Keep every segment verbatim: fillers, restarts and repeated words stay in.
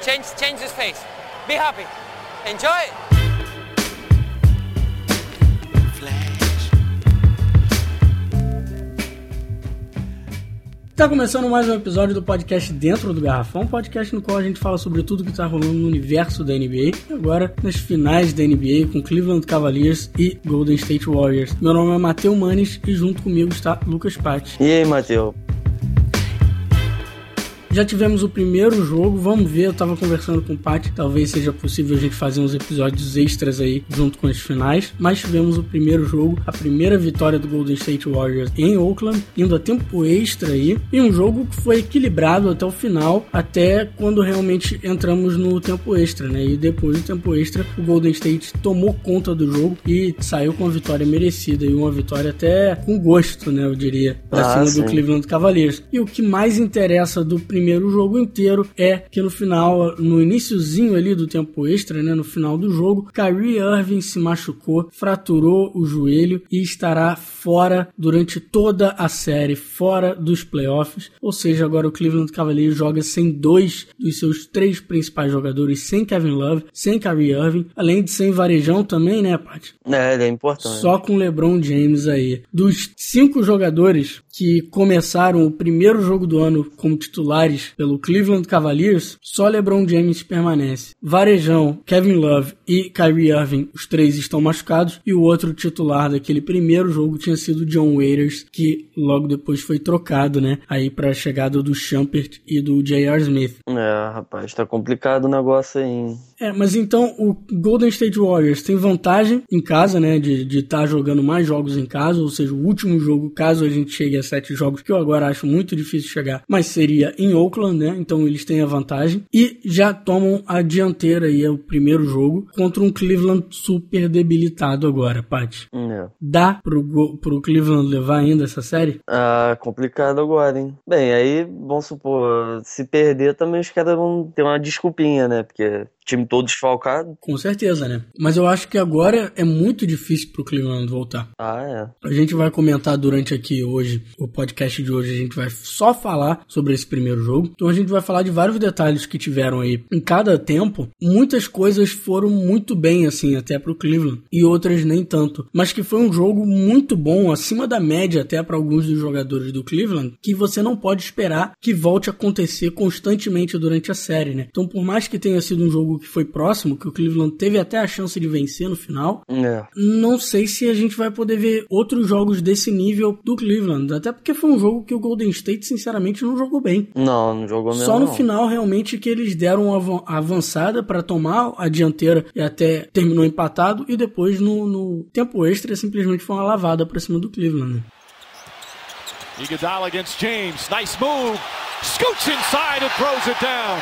Change, change his face. Be happy. Enjoy. Tá começando mais um episódio do podcast Dentro do Garrafão, um podcast no qual a gente fala sobre tudo que tá rolando no universo da N B A, e agora nas finais da N B A com Cleveland Cavaliers e Golden State Warriors. Meu nome é Matheus Manes e junto comigo está Lucas Patti. E aí, Matheus? Já tivemos o primeiro jogo, vamos ver, eu tava conversando com o Patti, talvez seja possível a gente fazer uns episódios extras aí junto com as finais, mas tivemos o primeiro jogo, a primeira vitória do Golden State Warriors em Oakland, indo a tempo extra aí, e um jogo que foi equilibrado até o final, até quando realmente entramos no tempo extra, né, e depois do tempo extra, o Golden State tomou conta do jogo e saiu com uma vitória merecida, e uma vitória até com gosto, né, eu diria, pra ah, cima sim. do Cleveland Cavaliers. E o que mais interessa do primeiro primeiro jogo inteiro é que no final, no iniciozinho ali do tempo extra, né, no final do jogo, Kyrie Irving se machucou, fraturou o joelho e estará fora durante toda a série, fora dos playoffs, ou seja, agora o Cleveland Cavaliers joga sem dois dos seus três principais jogadores, sem Kevin Love, sem Kyrie Irving, além de sem Varejão também, né, Patti? É, ele é importante. Só com LeBron James aí. Dos cinco jogadores que começaram o primeiro jogo do ano como titulares pelo Cleveland Cavaliers, só LeBron James permanece. Varejão, Kevin Love e Kyrie Irving, os três estão machucados, e o outro titular daquele primeiro jogo tinha sido John Waiters, que logo depois foi trocado, né, aí pra chegada do Shumpert e do J R. Smith. É, rapaz, tá complicado o negócio aí, hein? É, mas então o Golden State Warriors tem vantagem em casa, né, de de estar tá jogando mais jogos em casa, ou seja, o último jogo, caso a gente chegue a sete jogos, que eu agora acho muito difícil chegar, mas seria em Oakland, né, então eles têm a vantagem, e já tomam a dianteira aí, é o primeiro jogo, contra um Cleveland super debilitado agora, Patti. É. Dá pro, pro Cleveland levar ainda essa série? Ah, complicado agora, hein? Bem, aí, vamos supor, se perder também os caras vão ter uma desculpinha, né, porque time todo desfalcado. Com certeza, né? Mas eu acho que agora é muito difícil pro Cleveland voltar. Ah, é. A gente vai comentar durante aqui hoje, o podcast de hoje, a gente vai só falar sobre esse primeiro jogo. Então a gente vai falar de vários detalhes que tiveram aí. Em cada tempo, muitas coisas foram muito bem, assim, até pro Cleveland, e outras nem tanto. Mas que foi um jogo muito bom, acima da média até para alguns dos jogadores do Cleveland, que você não pode esperar que volte a acontecer constantemente durante a série, né? Então, por mais que tenha sido um jogo que foi próximo, que o Cleveland teve até a chance de vencer no final, é. Não sei se a gente vai poder ver outros jogos desse nível do Cleveland, até porque foi um jogo que o Golden State sinceramente não jogou bem. Não, não jogou mesmo. Só no não. final realmente que eles deram uma avançada para tomar a dianteira e até terminou empatado, e depois no, no tempo extra simplesmente foi uma lavada para cima do Cleveland. Iguodala against James, nice move, scoots inside and throws it down.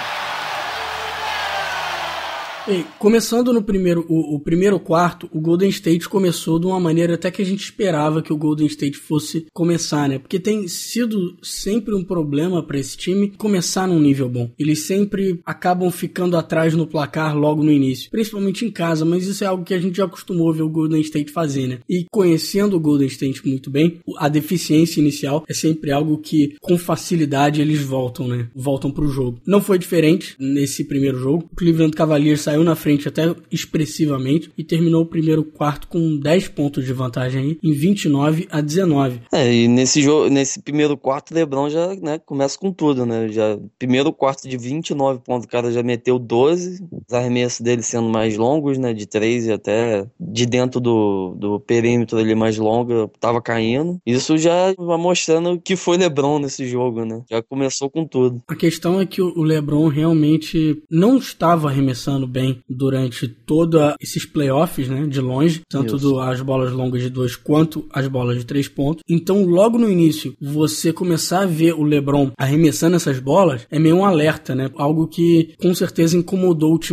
E, começando no primeiro, o, o primeiro quarto, o Golden State começou de uma maneira até que a gente esperava que o Golden State fosse começar, né? Porque tem sido sempre um problema para esse time começar num nível bom. Eles sempre acabam ficando atrás no placar logo no início, principalmente em casa, mas isso é algo que a gente já acostumou ver o Golden State fazer, né? E conhecendo o Golden State muito bem, a deficiência inicial é sempre algo que com facilidade eles voltam, né? Voltam pro jogo. Não foi diferente nesse primeiro jogo. O Cleveland Cavaliers saiu na frente até expressivamente e terminou o primeiro quarto com dez pontos de vantagem aí, em vinte e nove a dezenove. É, e nesse jogo, nesse primeiro quarto, o LeBron já, né, começa com tudo, né? Já, primeiro quarto de vinte e nove pontos, o cara já meteu doze, os arremessos dele sendo mais longos, né, de três e até de dentro do, do perímetro ali mais longo, tava caindo. Isso já vai mostrando que foi LeBron nesse jogo, né? Já começou com tudo. A questão é que o LeBron realmente não estava arremessando bem durante todos esses playoffs, né, de longe, tanto do, as bolas longas de dois quanto as bolas de três pontos. Então, logo no início, você começar a ver o LeBron arremessando essas bolas é meio um alerta, né, algo que com certeza incomodou o time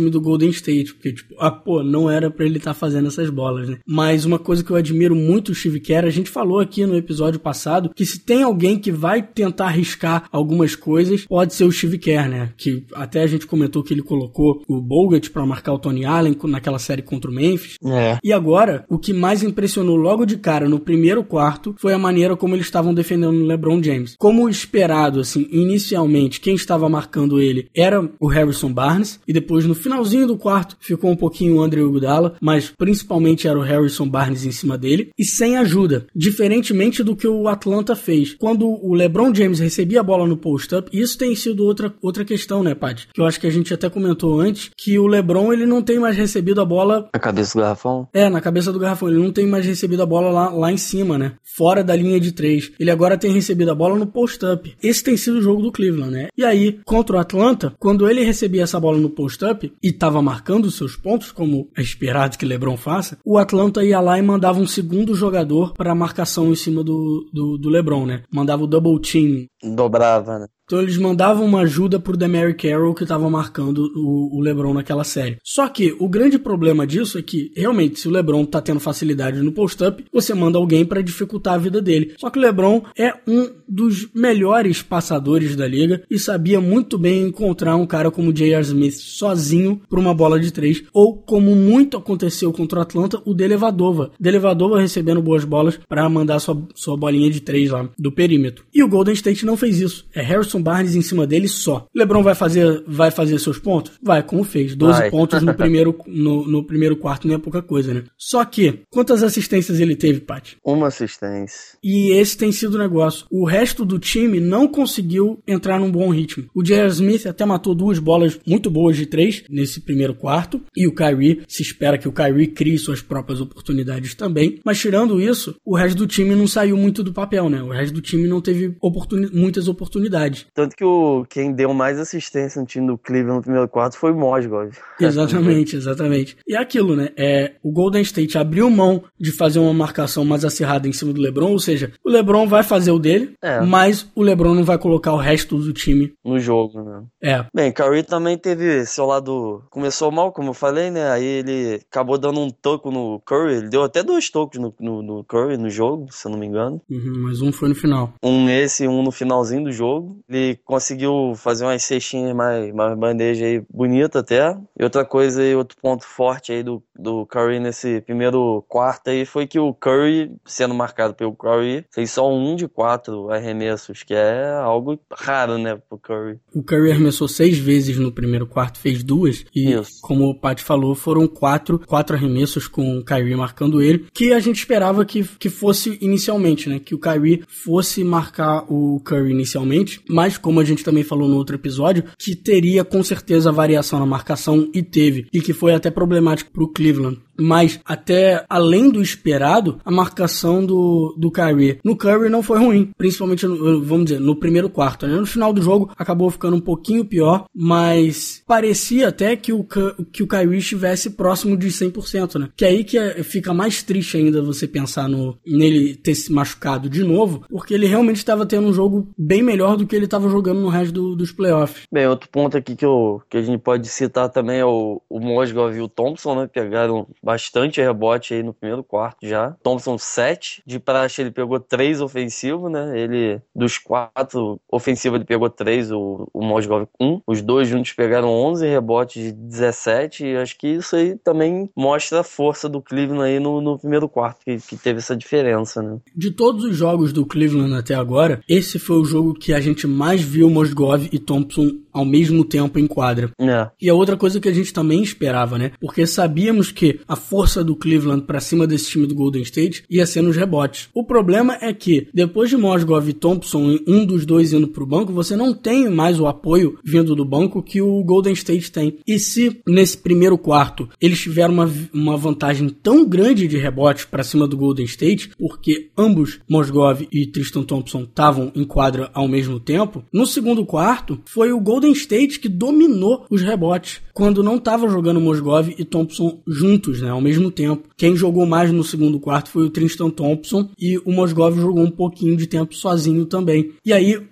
time do Golden State, porque, tipo, ah, pô, não era pra ele estar tá fazendo essas bolas, né? Mas uma coisa que eu admiro muito o Steve Kerr, a gente falou aqui no episódio passado, que se tem alguém que vai tentar arriscar algumas coisas, pode ser o Steve Kerr, né? Que até a gente comentou que ele colocou o Bogut pra marcar o Tony Allen naquela série contra o Memphis. É. E agora, o que mais impressionou logo de cara no primeiro quarto foi a maneira como eles estavam defendendo o LeBron James. Como esperado, assim, inicialmente, quem estava marcando ele era o Harrison Barnes, e depois no finalzinho do quarto ficou um pouquinho o Andre Iguodala, mas principalmente era o Harrison Barnes em cima dele, e sem ajuda, diferentemente do que o Atlanta fez. Quando o LeBron James recebia a bola no post-up, isso tem sido outra, outra questão, né, Paty? Que eu acho que a gente até comentou antes, que o LeBron, ele não tem mais recebido a bola... Na cabeça do garrafão? É, na cabeça do garrafão. Ele não tem mais recebido a bola lá, lá em cima, né? Fora da linha de três. Ele agora tem recebido a bola no post-up. Esse tem sido o jogo do Cleveland, né? E aí, contra o Atlanta, quando ele recebia essa bola no post-up e tava marcando os seus pontos, como é esperado que LeBron faça, o Atlanta ia lá e mandava um segundo jogador para marcação em cima do, do, do LeBron, né? Mandava o double team. Dobrava, né? Então eles mandavam uma ajuda pro Demary Carroll, que estava marcando o, o LeBron naquela série. Só que o grande problema disso é que, realmente, se o LeBron tá tendo facilidade no post-up, você manda alguém para dificultar a vida dele. Só que o LeBron é um dos melhores passadores da liga e sabia muito bem encontrar um cara como o J R. Smith sozinho para uma bola de três, ou como muito aconteceu contra o Atlanta, o Delavadova. Delavadova recebendo boas bolas para mandar sua, sua bolinha de três lá do perímetro. E o Golden State não fez isso. É Harrison Barnes em cima dele só. LeBron vai fazer, vai fazer seus pontos? Vai, como fez. doze vai. Pontos no primeiro, no, no primeiro quarto não é pouca coisa, né? Só que, quantas assistências ele teve, Paty? Uma assistência. E esse tem sido o negócio. O resto do time não conseguiu entrar num bom ritmo. O J R. Smith até matou duas bolas muito boas de três nesse primeiro quarto. E o Kyrie, se espera que o Kyrie crie suas próprias oportunidades também. Mas tirando isso, o resto do time não saiu muito do papel, né? O resto do time não teve oportuni- muitas oportunidades. Tanto que o, quem deu mais assistência no time do Cleveland no primeiro quarto foi o Mozgov. Exatamente, exatamente. E é aquilo, né? É, o Golden State abriu mão de fazer uma marcação mais acirrada em cima do LeBron, ou seja, o LeBron vai fazer o dele, é. mas o LeBron não vai colocar o resto do time no jogo, né? É. Bem, Kyrie também teve seu lado... Começou mal, como eu falei, né? Aí ele acabou dando um toco no Curry. Ele deu até dois tocos no, no, no Curry no jogo, se eu não me engano. Uhum, mas um foi no final. Um nesse e um no finalzinho do jogo. Ele conseguiu fazer umas cestinhas mais, mais bandeja aí bonita até. E outra coisa aí, outro ponto forte aí do, do Curry nesse primeiro quarto aí foi que o Curry, sendo marcado pelo Curry, fez só um de quatro arremessos, que é algo raro, né, pro Curry. O Curry arremessou seis vezes no primeiro quarto, fez duas. E, Isso. como o Paty falou, foram quatro, quatro arremessos com o Kyrie marcando ele, que a gente esperava que, que fosse inicialmente, né, que o Kyrie fosse marcar o Curry inicialmente, mas como a gente também falou no outro episódio, que teria com certeza variação na marcação, e teve, e que foi até problemático pro Cleveland. Mas, até além do esperado, a marcação do, do Kyrie no Curry não foi ruim, principalmente, no, vamos dizer, no primeiro quarto, né? No final do jogo, acabou ficando um pouquinho pior, mas parecia até que o, que o Kyrie estivesse próximo de cem por cento, né? Que aí que é, fica mais triste ainda você pensar no, nele ter se machucado de novo, porque ele realmente estava tendo um jogo bem melhor do que ele estava jogando no resto do, dos playoffs. Bem, outro ponto aqui que, eu, que a gente pode citar também é o, o Mozgov e o Thompson, né? Pegaram bastante rebote aí no primeiro quarto já. Thompson sete, de praxe ele pegou três ofensivos, né? Ele, dos quatro ofensivos ele pegou três, o, o Mozgov um. Os dois juntos pegaram onze rebotes de dezessete, e acho que isso aí também mostra a força do Cleveland aí no, no primeiro quarto, que, que teve essa diferença, né? De todos os jogos do Cleveland até agora, esse foi o jogo que a gente mais viu Mozgov e Thompson ao mesmo tempo em quadra. É. E a outra coisa que a gente também esperava, né? Porque sabíamos que a força do Cleveland pra cima desse time do Golden State ia ser nos rebotes. O problema é que, depois de Mozgov e Thompson, um dos dois indo pro banco, você não tem mais o apoio vindo do banco que o Golden State tem. E se, nesse primeiro quarto, eles tiveram uma, uma vantagem tão grande de rebote pra cima do Golden State, porque ambos, Mozgov e Tristan Thompson, estavam em quadra ao mesmo tempo, no segundo quarto, foi o Golden State que dominou os rebotes, quando não estava jogando Mozgov e Thompson juntos, né, ao mesmo tempo. Quem jogou mais no segundo quarto foi o Tristan Thompson, e o Mozgov jogou um pouquinho de tempo sozinho também. E aí,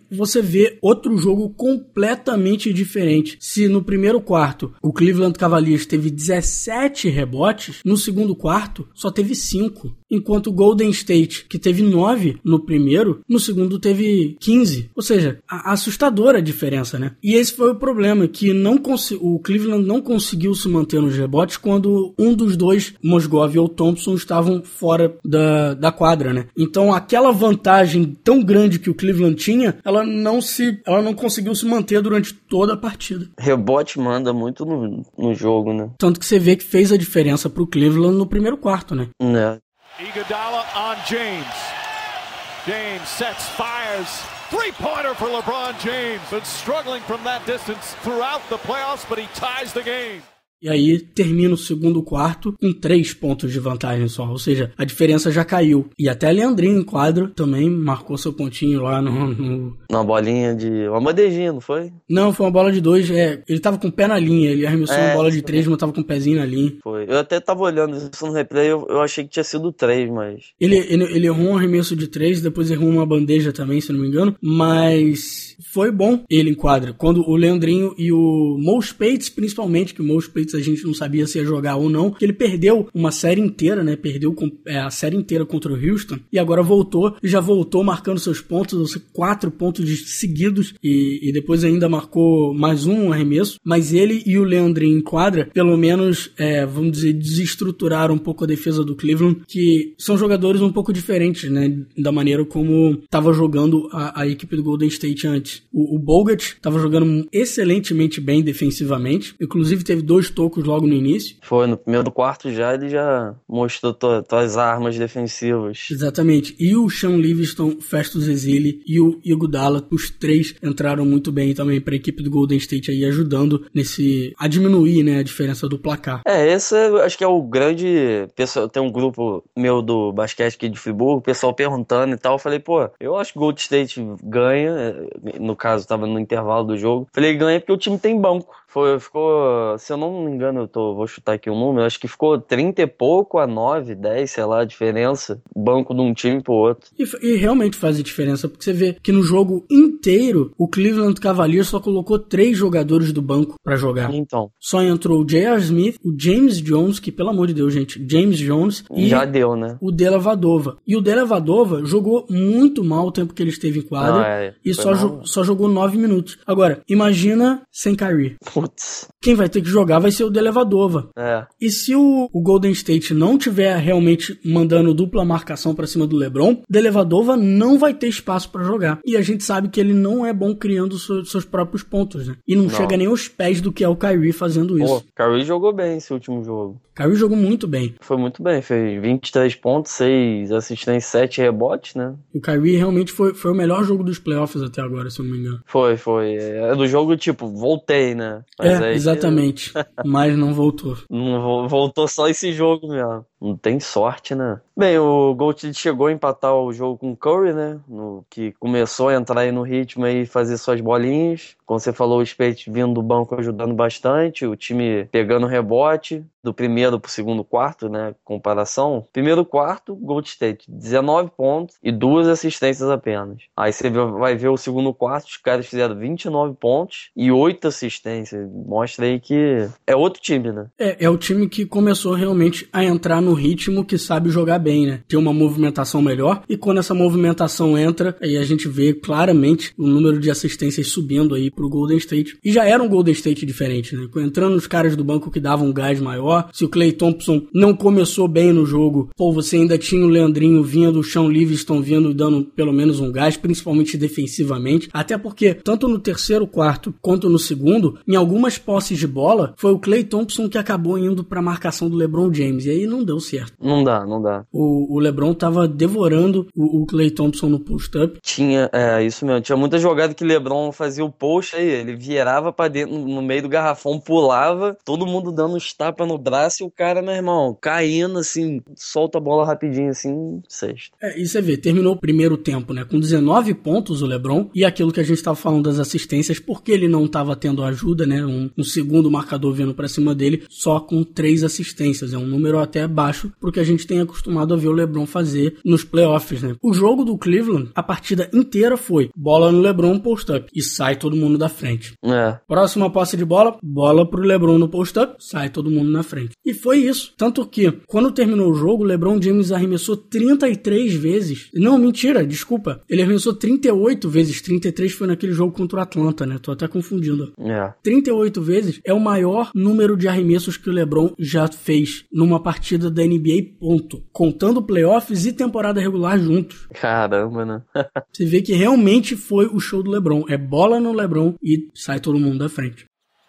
você vê outro jogo completamente diferente. Se no primeiro quarto o Cleveland Cavaliers teve dezessete rebotes, no segundo quarto só teve cinco. Enquanto o Golden State, que teve nove no primeiro, no segundo teve quinze. Ou seja, a assustadora a diferença, né? E esse foi o problema, que não cons- o Cleveland não conseguiu se manter nos rebotes quando um dos dois, Mozgov ou Thompson, estavam fora da, da quadra, né? Então aquela vantagem tão grande que o Cleveland tinha, ela não, se, ela não conseguiu se manter durante toda a partida. Rebote manda muito no, no jogo, né? Tanto que você vê que fez a diferença pro Cleveland no primeiro quarto, né? É. Iguodala on James. James sets, fires. Three-pointer for LeBron James. Been struggling from that distance throughout the playoffs, but he ties the game. E aí termina o segundo quarto com três pontos de vantagem só. Ou seja, a diferença já caiu. E até Leandrinho em quadro também marcou seu pontinho lá no... no... Uma bolinha de... Uma bandejinha, não foi? Não, foi uma bola de dois. É, ele tava com o pé na linha. Ele arremessou é, uma bola de três, mas tava com o pezinho na linha. Foi. Eu até tava olhando isso no replay, eu, eu achei que tinha sido três, mas... Ele, ele, ele errou um arremesso de três, depois errou uma bandeja também, se não me engano. Mas foi bom ele em quadra. Quando o Leandrinho e o Mo Spates, principalmente, que o Mo Spates a gente não sabia se ia jogar ou não, que ele perdeu uma série inteira, né? Perdeu é, a série inteira contra o Houston e agora voltou, e já voltou marcando seus pontos, ou seja, quatro pontos seguidos e, e depois ainda marcou mais um arremesso, mas ele e o Leandrinho em quadra, pelo menos, é, vamos dizer, desestruturaram um pouco a defesa do Cleveland, que são jogadores um pouco diferentes, né? Da maneira como estava jogando a, a equipe do Golden State antes. O, o Bogut estava jogando excelentemente bem defensivamente, inclusive teve dois tocos logo no início. Foi, no primeiro quarto já ele já mostrou to- suas armas defensivas. Exatamente. E o Sean Livingston, Festus Ezeli e o Iguodala, os três entraram muito bem também para a equipe do Golden State aí, ajudando nesse a diminuir, né, a diferença do placar. É, esse é, acho que é o grande... Pessoal, tem um grupo meu do basquete aqui de Friburgo, o pessoal perguntando e tal, eu falei, pô, eu acho que o Golden State ganha, no caso tava no intervalo do jogo, falei, ganha porque o time tem banco. Foi, ficou, se eu não me engano, eu tô, vou chutar aqui um número, acho que ficou trinta e pouco a nove, dez, sei lá, a diferença, banco de um time pro outro. E, e realmente faz a diferença, porque você vê que no jogo inteiro, o Cleveland Cavaliers só colocou três jogadores do banco pra jogar. Então. Só entrou o J R. Smith, o James Jones, que pelo amor de Deus, gente, James Jones, e já deu, né? o Delavadova. E o Delavadova jogou muito mal o tempo que ele esteve em quadra, Não, é, e só, jo- só jogou nove minutos. Agora, imagina sem Kyrie. Putz. Quem vai ter que jogar vai ser o Delavadova. É. E se o, o Golden State não tiver realmente mandando dupla marcação pra cima do LeBron, Delavadova não vai ter espaço pra jogar. E a gente sabe que ele não é bom criando so, seus próprios pontos, né? E não, não chega nem aos pés do que é o Kyrie fazendo isso. Pô, Kyrie jogou bem esse último jogo. Kyrie jogou muito bem. Foi muito bem, fez vinte e três pontos, seis assistências, sete rebotes, né? O Kyrie realmente foi, foi o melhor jogo dos playoffs até agora, se eu não me engano. Foi, foi. É do jogo, tipo, voltei, né? Mas é, exatamente. Mas não voltou. Não voltou só esse jogo mesmo. Não tem sorte, né? Bem, o Golden chegou a empatar o jogo com o Curry, né? No, que começou a entrar aí no ritmo e fazer suas bolinhas. Como você falou, o Spade vindo do banco ajudando bastante. O time pegando rebote do primeiro pro segundo quarto, né? Comparação. Primeiro quarto, Golden State, dezenove pontos e duas assistências apenas. Aí você vai ver o segundo quarto, os caras fizeram vinte e nove pontos e oito assistências. Mostra aí que é outro time, né? É, é o time que começou realmente a entrar no ritmo, que sabe jogar bem, né? Tem uma movimentação melhor, e quando essa movimentação entra, aí a gente vê claramente o número de assistências subindo aí pro Golden State. E já era um Golden State diferente, né? Entrando os caras do banco que davam um gás maior. Se o Klay Thompson não começou bem no jogo, pô, você ainda tinha o Leandrinho vindo, o Sean Livingston vindo, dando pelo menos um gás, principalmente defensivamente. Até porque, tanto no terceiro quarto quanto no segundo, em algumas posses de bola, foi o Klay Thompson que acabou indo pra marcação do LeBron James. E aí não deu certo. Não dá, não dá. O, o LeBron tava devorando o, o Klay Thompson no post-up. Tinha, é, isso mesmo. Tinha muita jogada que o LeBron fazia o post aí, ele virava pra dentro, no meio do garrafão, pulava, todo mundo dando uns tapas no braço e o cara, meu irmão, caindo assim, solta a bola rapidinho assim, sexta. É, e você vê, terminou o primeiro tempo, né, com dezenove pontos o LeBron, e aquilo que a gente tava falando das assistências, porque ele não tava tendo ajuda, né, um, um segundo marcador vindo pra cima dele, só com três assistências, é um número até baixo abaixo pro que a gente tem acostumado a ver o LeBron fazer nos playoffs, né? O jogo do Cleveland, a partida inteira foi bola no LeBron, post-up, e sai todo mundo da frente. É. Próxima posse de bola, bola pro LeBron no post-up, sai todo mundo na frente. E foi isso. Tanto que, quando terminou o jogo, o LeBron James arremessou trinta e três vezes. Não, mentira, desculpa. Ele arremessou trinta e oito vezes. trinta e três foi naquele jogo contra o Atlanta, né? Tô até confundindo. É. trinta e oito vezes é o maior número de arremessos que o LeBron já fez numa partida da N B A, ponto. Contando playoffs e temporada regular juntos. Caramba, né? Você vê que realmente foi o show do LeBron. É bola no LeBron e sai todo mundo da frente.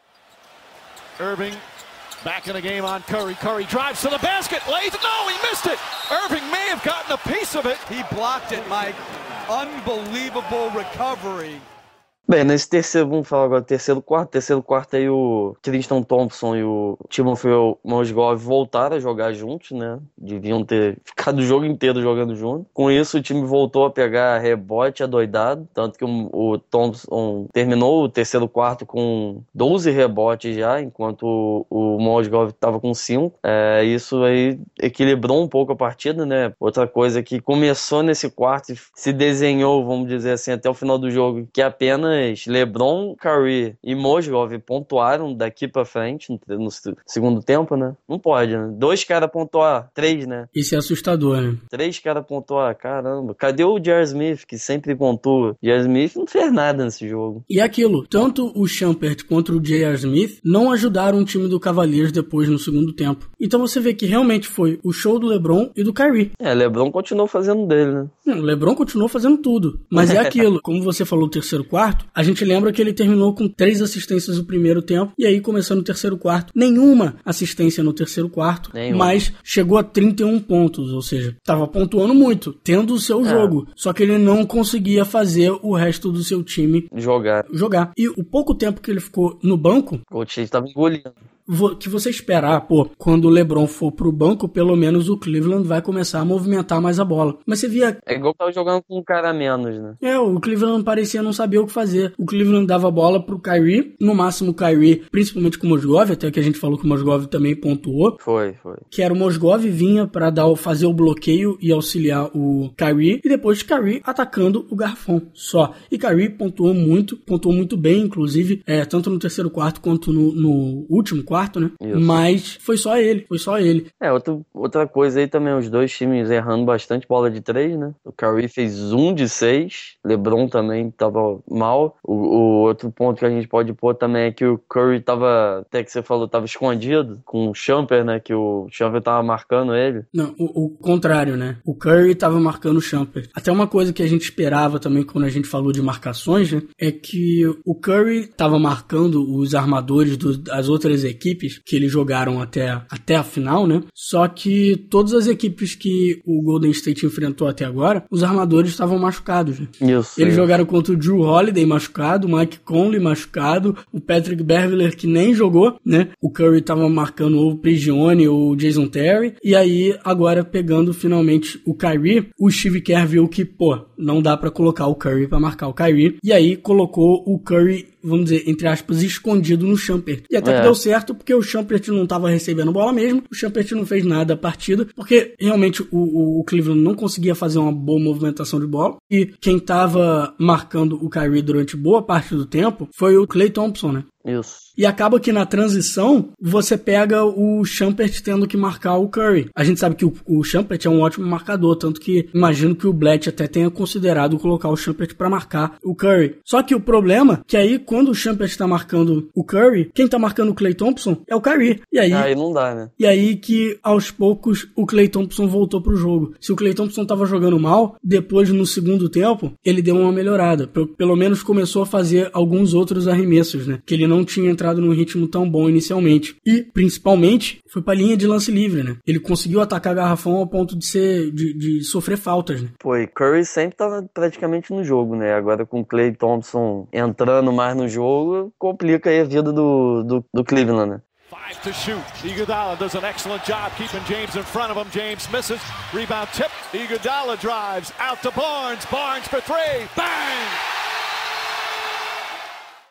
Irving back in the game on Curry. Curry drives to the basket. Lays it. No, he missed it. Irving may have gotten a piece of it. He blocked it, Mike. Unbelievable recovery. Bem, nesse terceiro, vamos falar agora, terceiro quarto, terceiro quarto aí o Tristan Thompson e o Timofey Mozgov voltaram a jogar juntos, né? Deviam ter ficado o jogo inteiro jogando junto. Com isso, o time voltou a pegar rebote adoidado, tanto que o, o Thompson terminou o terceiro quarto com doze rebotes já, enquanto o, o Mozgov estava com cinco. É, isso aí equilibrou um pouco a partida, né? Outra coisa que começou nesse quarto e se desenhou, vamos dizer assim, até o final do jogo, que apenas LeBron, Curry e Mozgov pontuaram daqui pra frente no, no segundo tempo, né? Não pode, né? Dois caras pontuar, três, né? Isso é assustador, né? Três caras pontuar, caramba. Cadê o J R. Smith, que sempre pontua? J R. Smith não fez nada nesse jogo. E aquilo, tanto o Shumpert quanto o J R. Smith não ajudaram o time do Cavaliers depois no segundo tempo. Então você vê que realmente foi o show do LeBron e do Kyrie. É, LeBron continuou fazendo dele, né? O LeBron continuou fazendo tudo. Mas é aquilo, como você falou, o terceiro quarto, a gente lembra que ele terminou com três assistências no primeiro tempo, e aí começando o terceiro quarto, nenhuma assistência no terceiro quarto, nenhuma. Mas chegou a trinta e um pontos, ou seja, estava pontuando muito, tendo o seu é. jogo, só que ele não conseguia fazer o resto do seu time jogar. jogar. E o pouco tempo que ele ficou no banco, o time estava engolindo. Que você esperar, pô, quando o LeBron for pro banco, pelo menos o Cleveland vai começar a movimentar mais a bola. Mas você via... É igual que tava jogando com um cara a menos, né? É, o Cleveland parecia não saber o que fazer. O Cleveland dava a bola pro Kyrie, no máximo o Kyrie, principalmente com o Mozgov, até que a gente falou que o Mozgov também pontuou. Foi, foi. Que era o Mozgov vinha pra dar, fazer o bloqueio e auxiliar o Kyrie, e depois o Kyrie atacando o garrafão, só. E Kyrie pontuou muito, pontuou muito bem, inclusive, é, tanto no terceiro quarto quanto no, no último quarto, né? Isso. Mas foi só ele, foi só ele. É, outro, outra coisa aí também, os dois times errando bastante bola de três, né? O Curry fez um de seis, LeBron também tava mal. O, o outro ponto que a gente pode pôr também é que o Curry tava, até que você falou, tava escondido com o Shumpert, né? Que o Shumpert tava marcando ele. Não, o, o contrário, né? O Curry tava marcando o Shumpert. Até uma coisa que a gente esperava também quando a gente falou de marcações, né? É que o Curry tava marcando os armadores do, das outras equipes que eles jogaram até, até a final, né? Só que todas as equipes que o Golden State enfrentou até agora, os armadores estavam machucados, né? Isso, eles isso. jogaram contra o Drew Holiday machucado, o Mike Conley machucado, o Patrick Beverley que nem jogou, né? O Curry tava marcando ou o Prigione ou o Jason Terry, e aí agora pegando finalmente o Kyrie, o Steve Kerr viu que, pô, não dá pra colocar o Curry pra marcar o Kyrie, e aí colocou o Curry, vamos dizer, entre aspas, escondido no Shumpert. E até é. que deu certo, porque o Shumpert não estava recebendo bola mesmo, o Shumpert não fez nada a partida, porque realmente o, o, o Cleveland não conseguia fazer uma boa movimentação de bola, e quem estava marcando o Kyrie durante boa parte do tempo foi o Klay Thompson, né? Isso. E acaba que na transição, você pega o Shumpert tendo que marcar o Curry. A gente sabe que o, o Shumpert é um ótimo marcador, tanto que imagino que o Blatt até tenha considerado colocar o Shumpert para marcar o Curry. Só que o problema é que aí, quando o Shumpert tá marcando o Curry, quem tá marcando o Klay Thompson é o Kyrie. E aí, aí não dá, né? E aí que, aos poucos, o Klay Thompson voltou pro jogo. Se o Klay Thompson tava jogando mal, depois, no segundo tempo, ele deu uma melhorada. Pelo, pelo menos começou a fazer alguns outros arremessos, né? Que ele não tinha entrado num ritmo tão bom inicialmente. E, principalmente, foi pra linha de lance livre, né? Ele conseguiu atacar garrafão ao ponto de ser de, de sofrer faltas, né? Foi, Curry sempre tava praticamente no jogo, né? Agora com o Klay Thompson entrando mais no jogo, complica aí a vida do, do, do Cleveland, né? Five to shoot. Iguodala does an excellent job keeping James in front of him. James misses. Rebound tip. Iguodala drives out to Barnes. Barnes for three. Bang!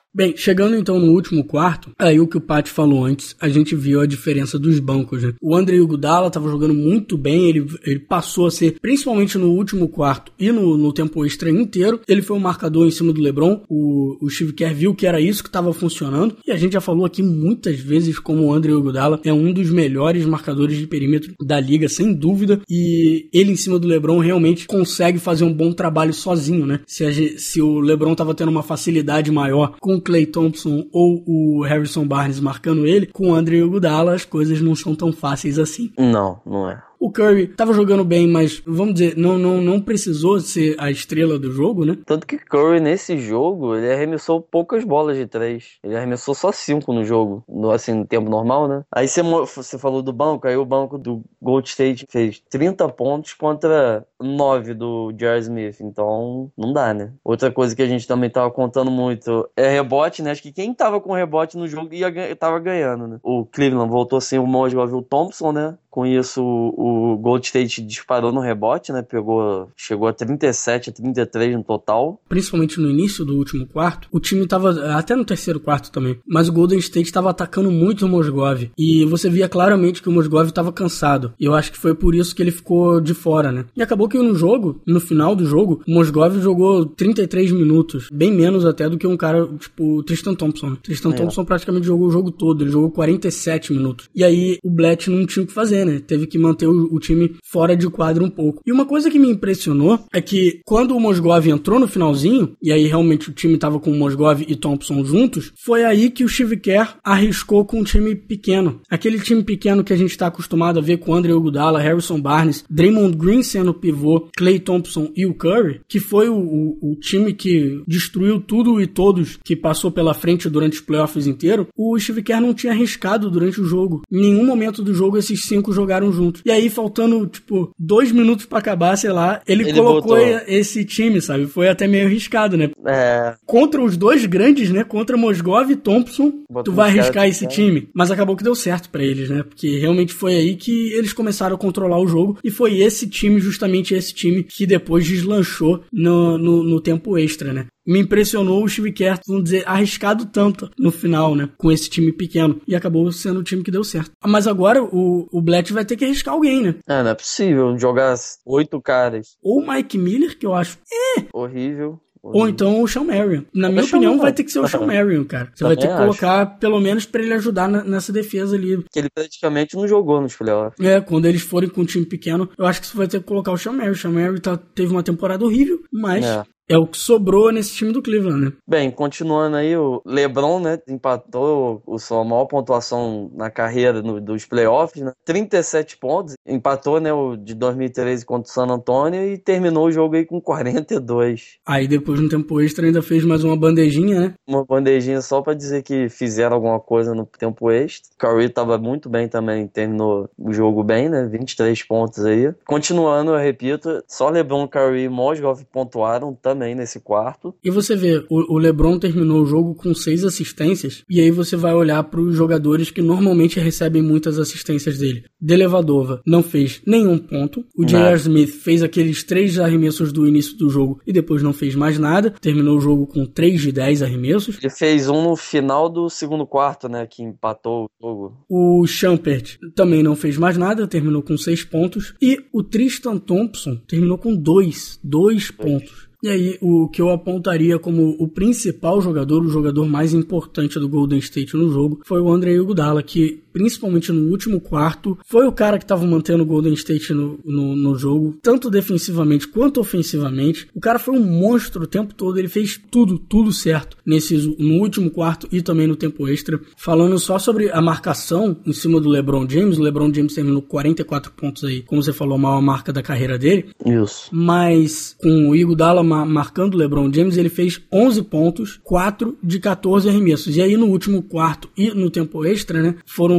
Bem, chegando então no último quarto, aí o que o Pat falou antes, a gente viu a diferença dos bancos, né? O Andre Iguodala estava jogando muito bem, ele, ele passou a ser, principalmente no último quarto e no, no tempo extra inteiro, ele foi um marcador em cima do LeBron, o, o Steve Kerr viu que era isso que estava funcionando, e a gente já falou aqui muitas vezes como o Andre Iguodala é um dos melhores marcadores de perímetro da liga, sem dúvida, e ele em cima do LeBron realmente consegue fazer um bom trabalho sozinho, né? Se, a, se o LeBron estava tendo uma facilidade maior com o Klay Thompson ou o Harrison Barnes marcando ele, com o Andre Iguodala as coisas não são tão fáceis assim. Não, não é. O Curry tava jogando bem, mas, vamos dizer, não, não, não precisou ser a estrela do jogo, né? Tanto que Curry, nesse jogo, ele arremessou poucas bolas de três. Ele arremessou só cinco no jogo, no, assim, no tempo normal, né? Aí você, você falou do banco, aí o banco do Gold State fez trinta pontos contra nove do J R. Smith. Então, não dá, né? Outra coisa que a gente também tava contando muito é rebote, né? Acho que quem tava com rebote no jogo ia, tava ganhando, né? O Cleveland voltou sem o Mozgov e o Thompson, né? Com isso, o Gold State disparou no rebote, né? Pegou, chegou a trinta e sete, trinta e três no total. Principalmente no início do último quarto, o time tava, até no terceiro quarto também, mas o Golden State estava atacando muito o Mozgov. E você via claramente que o Mozgov estava cansado. E eu acho que foi por isso que ele ficou de fora, né? E acabou que no jogo, no final do jogo, o Mozgov jogou trinta e três minutos. Bem menos até do que um cara, tipo, o Tristan Thompson. Tristan é. Thompson praticamente jogou o jogo todo. Ele jogou quarenta e sete minutos. E aí o Blatt não tinha o que fazer, né? Teve que manter o, o time fora de quadro um pouco. E uma coisa que me impressionou é que quando o Mozgov entrou no finalzinho, e aí realmente o time tava com o Mozgov e Thompson juntos, foi aí que o Steve Kerr arriscou com um time pequeno. Aquele time pequeno que a gente tá acostumado a ver com o Andre Iguodala, Harrison Barnes, Draymond Green sendo o pivô, Klay Thompson e o Curry, que foi o, o, o time que destruiu tudo e todos que passou pela frente durante os playoffs inteiro. O Steve Kerr não tinha arriscado durante o jogo. Em nenhum momento do jogo esses cinco jogaram juntos. E aí, faltando, tipo, dois minutos pra acabar, sei lá, ele, ele colocou botou. esse time, sabe? Foi até meio arriscado, né? É. Contra os dois grandes, né? Contra Mozgov e Thompson, Botou tu vai arriscar esse cara. time. Mas acabou que deu certo pra eles, né? Porque realmente foi aí que eles começaram a controlar o jogo. E foi esse time, justamente esse time, que depois deslanchou no, no, no tempo extra, né? Me impressionou o Steve Kerr, vamos dizer, arriscado tanto no final, né? Com esse time pequeno. E acabou sendo o time que deu certo. Mas agora o, o Blatt vai ter que arriscar alguém, né? É, não é possível jogar oito caras. Ou o Mike Miller, que eu acho... É. Horrível. Ou então o Sean Marion. Na minha opinião, vai ter que ser o Sean Marion, cara. Você vai ter que colocar, pelo menos, pra ele ajudar na, nessa defesa ali. Que ele praticamente não jogou nos playoffs. É, quando eles forem com um time pequeno, eu acho que você vai ter que colocar o Sean Marion. O Sean Marion tá, teve uma temporada horrível, mas... É. É o que sobrou nesse time do Cleveland, né? Bem, continuando aí, o LeBron, né, empatou a sua maior pontuação na carreira no, dos playoffs, né? trinta e sete pontos, empatou, né, o de dois mil e treze contra o San Antonio e terminou o jogo aí com quarenta e dois. Aí depois no tempo extra ainda fez mais uma bandejinha, né? Uma bandejinha só pra dizer que fizeram alguma coisa no tempo extra. Curry tava muito bem também, terminou o jogo bem, né, vinte e três pontos aí. Continuando, eu repito, só LeBron, Curry e Mozgov pontuaram também nesse quarto. E você vê, o, o LeBron terminou o jogo com seis assistências, e aí você vai olhar para os jogadores que normalmente recebem muitas assistências dele. Delavadova não fez nenhum ponto. O J R. Smith fez aqueles três arremessos do início do jogo e depois não fez mais nada. Terminou o jogo com três de dez arremessos. Ele fez um no final do segundo quarto, né, que empatou o jogo. O Shumpert também não fez mais nada, terminou com seis pontos. E o Tristan Thompson terminou com dois, dois pontos. E aí, o que eu apontaria como o principal jogador, o jogador mais importante do Golden State no jogo, foi o Andre Iguodala, que, principalmente no último quarto, foi o cara que estava mantendo o Golden State no, no, no jogo, tanto defensivamente quanto ofensivamente. O cara foi um monstro o tempo todo, ele fez tudo, tudo certo nesses, no último quarto e também no tempo extra. Falando só sobre a marcação em cima do LeBron James, o LeBron James terminou quarenta e quatro pontos aí, como você falou, a maior marca da carreira dele. Isso. Mas com o Iguodala marcando o LeBron James, ele fez onze pontos, quatro de catorze arremessos. E aí no último quarto e no tempo extra, né, foram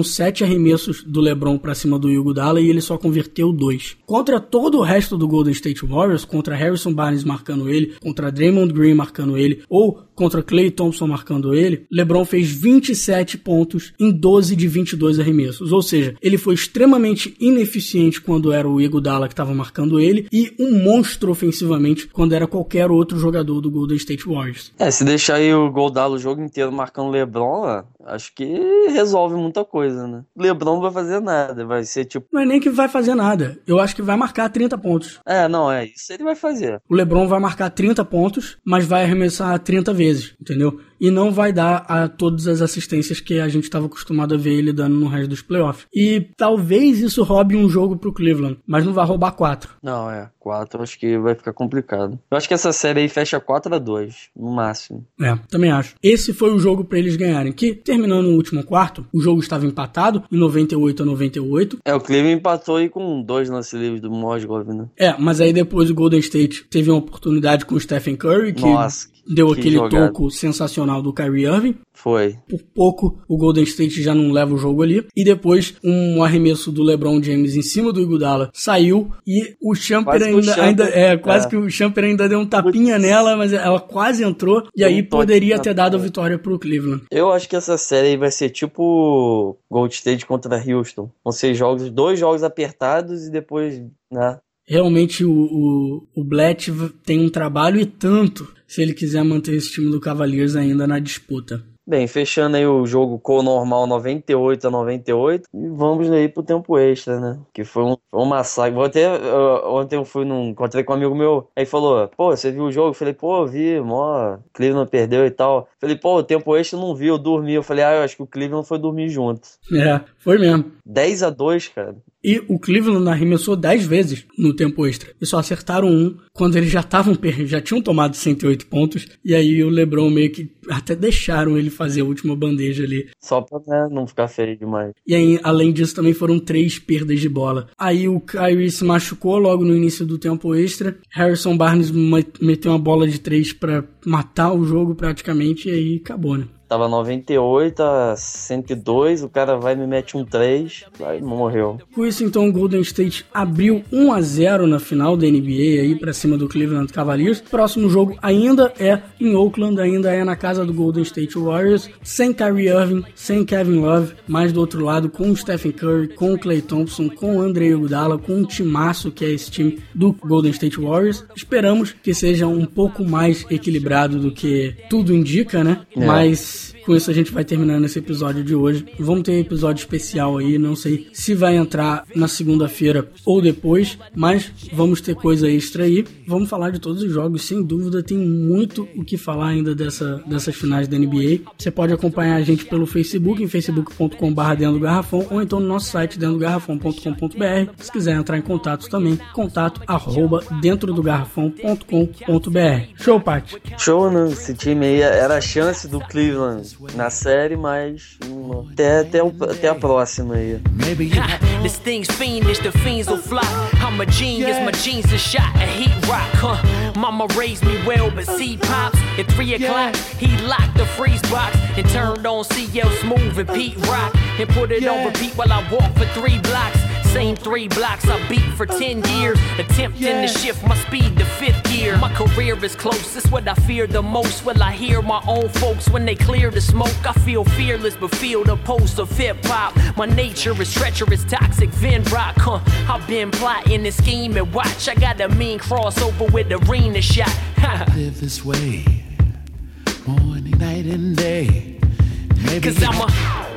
foram sete arremessos do LeBron pra cima do Iguodala e ele só converteu dois. Contra todo o resto do Golden State Warriors, contra Harrison Barnes marcando ele, contra Draymond Green marcando ele, ou contra Klay Thompson marcando ele, LeBron fez vinte e sete pontos em doze de vinte e dois arremessos. Ou seja, ele foi extremamente ineficiente quando era o Iguodala que estava marcando ele e um monstro ofensivamente quando era qualquer outro jogador do Golden State Warriors. É, se deixar aí o Iguodala o jogo inteiro marcando o LeBron, ó, acho que resolve muita coisa, né? O LeBron não vai fazer nada, vai ser tipo... Não é nem que vai fazer nada, eu acho que vai marcar trinta pontos. É, não, é isso ele vai fazer. O LeBron vai marcar trinta pontos, mas vai arremessar trinta vezes, entendeu? E não vai dar a todas as assistências que a gente estava acostumado a ver ele dando no resto dos playoffs. E talvez isso roube um jogo pro Cleveland, mas não vai roubar quatro. Não, é, quatro acho que vai ficar complicado. Eu acho que essa série aí fecha quatro a dois, no máximo. É, também acho. Esse foi o jogo pra eles ganharem, que terminando no último quarto, o jogo estava empatado em noventa e oito a noventa e oito. É, o Cleveland empatou aí com dois lances livres do Mozgov, né? É, mas aí depois o Golden State teve uma oportunidade com o Stephen Curry, que Nossa, deu que aquele jogada. toco sensacional do Kyrie Irving. Foi. Por pouco o Golden State já não leva o jogo ali. E depois um arremesso do LeBron James em cima do Iguodala saiu e o Shumpert Quase que o ainda, Shumpert- ainda é quase é. que o Shumpert ainda deu um tapinha Putz. nela, mas ela quase entrou e Deu aí um toque poderia na ter dado a cara. vitória pro Cleveland. Eu acho que essa série aí vai ser tipo Gold State contra Houston. Vão ser jogos, dois jogos apertados e depois, né? Realmente o, o, o Blatt tem um trabalho e tanto se ele quiser manter esse time do Cavaliers ainda na disputa. Bem, fechando aí o jogo com o normal noventa e oito a noventa e oito e vamos aí pro tempo extra, né? Que foi um, foi um massacre. Vou até, uh, ontem eu fui num, encontrei com um amigo meu, aí falou, pô, você viu o jogo? Eu falei, pô, eu vi, mó, Cleveland perdeu e tal. Falei, pô, o tempo extra eu não vi, eu dormi. Eu falei, ah, eu acho que o Cleveland foi dormir junto. É, foi mesmo. dez a dois, cara. E o Cleveland arremessou dez vezes no tempo extra. E só acertaram um quando eles já estavam já tinham tomado cento e oito pontos. E aí o LeBron meio que até deixaram ele fazer a última bandeja ali. Só pra, né, não ficar feio demais. E aí, além disso, também foram três perdas de bola. Aí o Kyrie se machucou logo no início do tempo extra. Harrison Barnes meteu uma bola de três pra matar o jogo praticamente. E aí acabou, né? Tava noventa e oito a cento e dois, o cara vai e me mete um três, aí morreu. Com isso, então, o Golden State abriu um a zero na final da N B A aí pra cima do Cleveland Cavaliers. Próximo jogo ainda é em Oakland, ainda é na casa do Golden State Warriors, sem Kyrie Irving, sem Kevin Love, mas do outro lado com o Stephen Curry, com o Klay Thompson, com o Andre Iguodala, com um timaço que é esse time do Golden State Warriors. Esperamos que seja um pouco mais equilibrado do que tudo indica, né? É. Mas com isso a gente vai terminando esse episódio de hoje. Vamos ter um episódio especial aí, não sei se vai entrar na segunda-feira ou depois, mas vamos ter coisa extra aí. Vamos falar de todos os jogos, sem dúvida, tem muito o que falar ainda dessa, dessas finais da N B A. Você pode acompanhar a gente pelo Facebook, em facebook ponto com barra dentro do garrafão, ou então no nosso site dentro do garrafão ponto com ponto b r. Se quiser entrar em contato também, contato arroba dentro do garrafão ponto com ponto b r. Show, Paty? Show, né? Esse time aí era a chance do Cleveland na série, mas hum, até, até, o- até a próxima aí. Maybe you This thing's fiendish, the fiends will fly. I'm a genius, my jeans are shot at heat rock, huh? Mama raised me well, but see pops at three o'clock. He locked the freeze box and turned on C L Smooth and Pete Rock and put it on repeat while I walk for three blocks. Same three blocks I beat for ten years, attempting to shift my speed to fifth gear. My career is close, it's what I fear the most. Will I hear my own folks when they clear the smoke? I feel fearless, but feel the pulse of hip-hop. My nature is treacherous, toxic, Vin Rock, huh? I've been plotting and scheming, watch. I got a mean crossover with arena shot. live this way, morning, night, and day. Maybe Cause you I'm a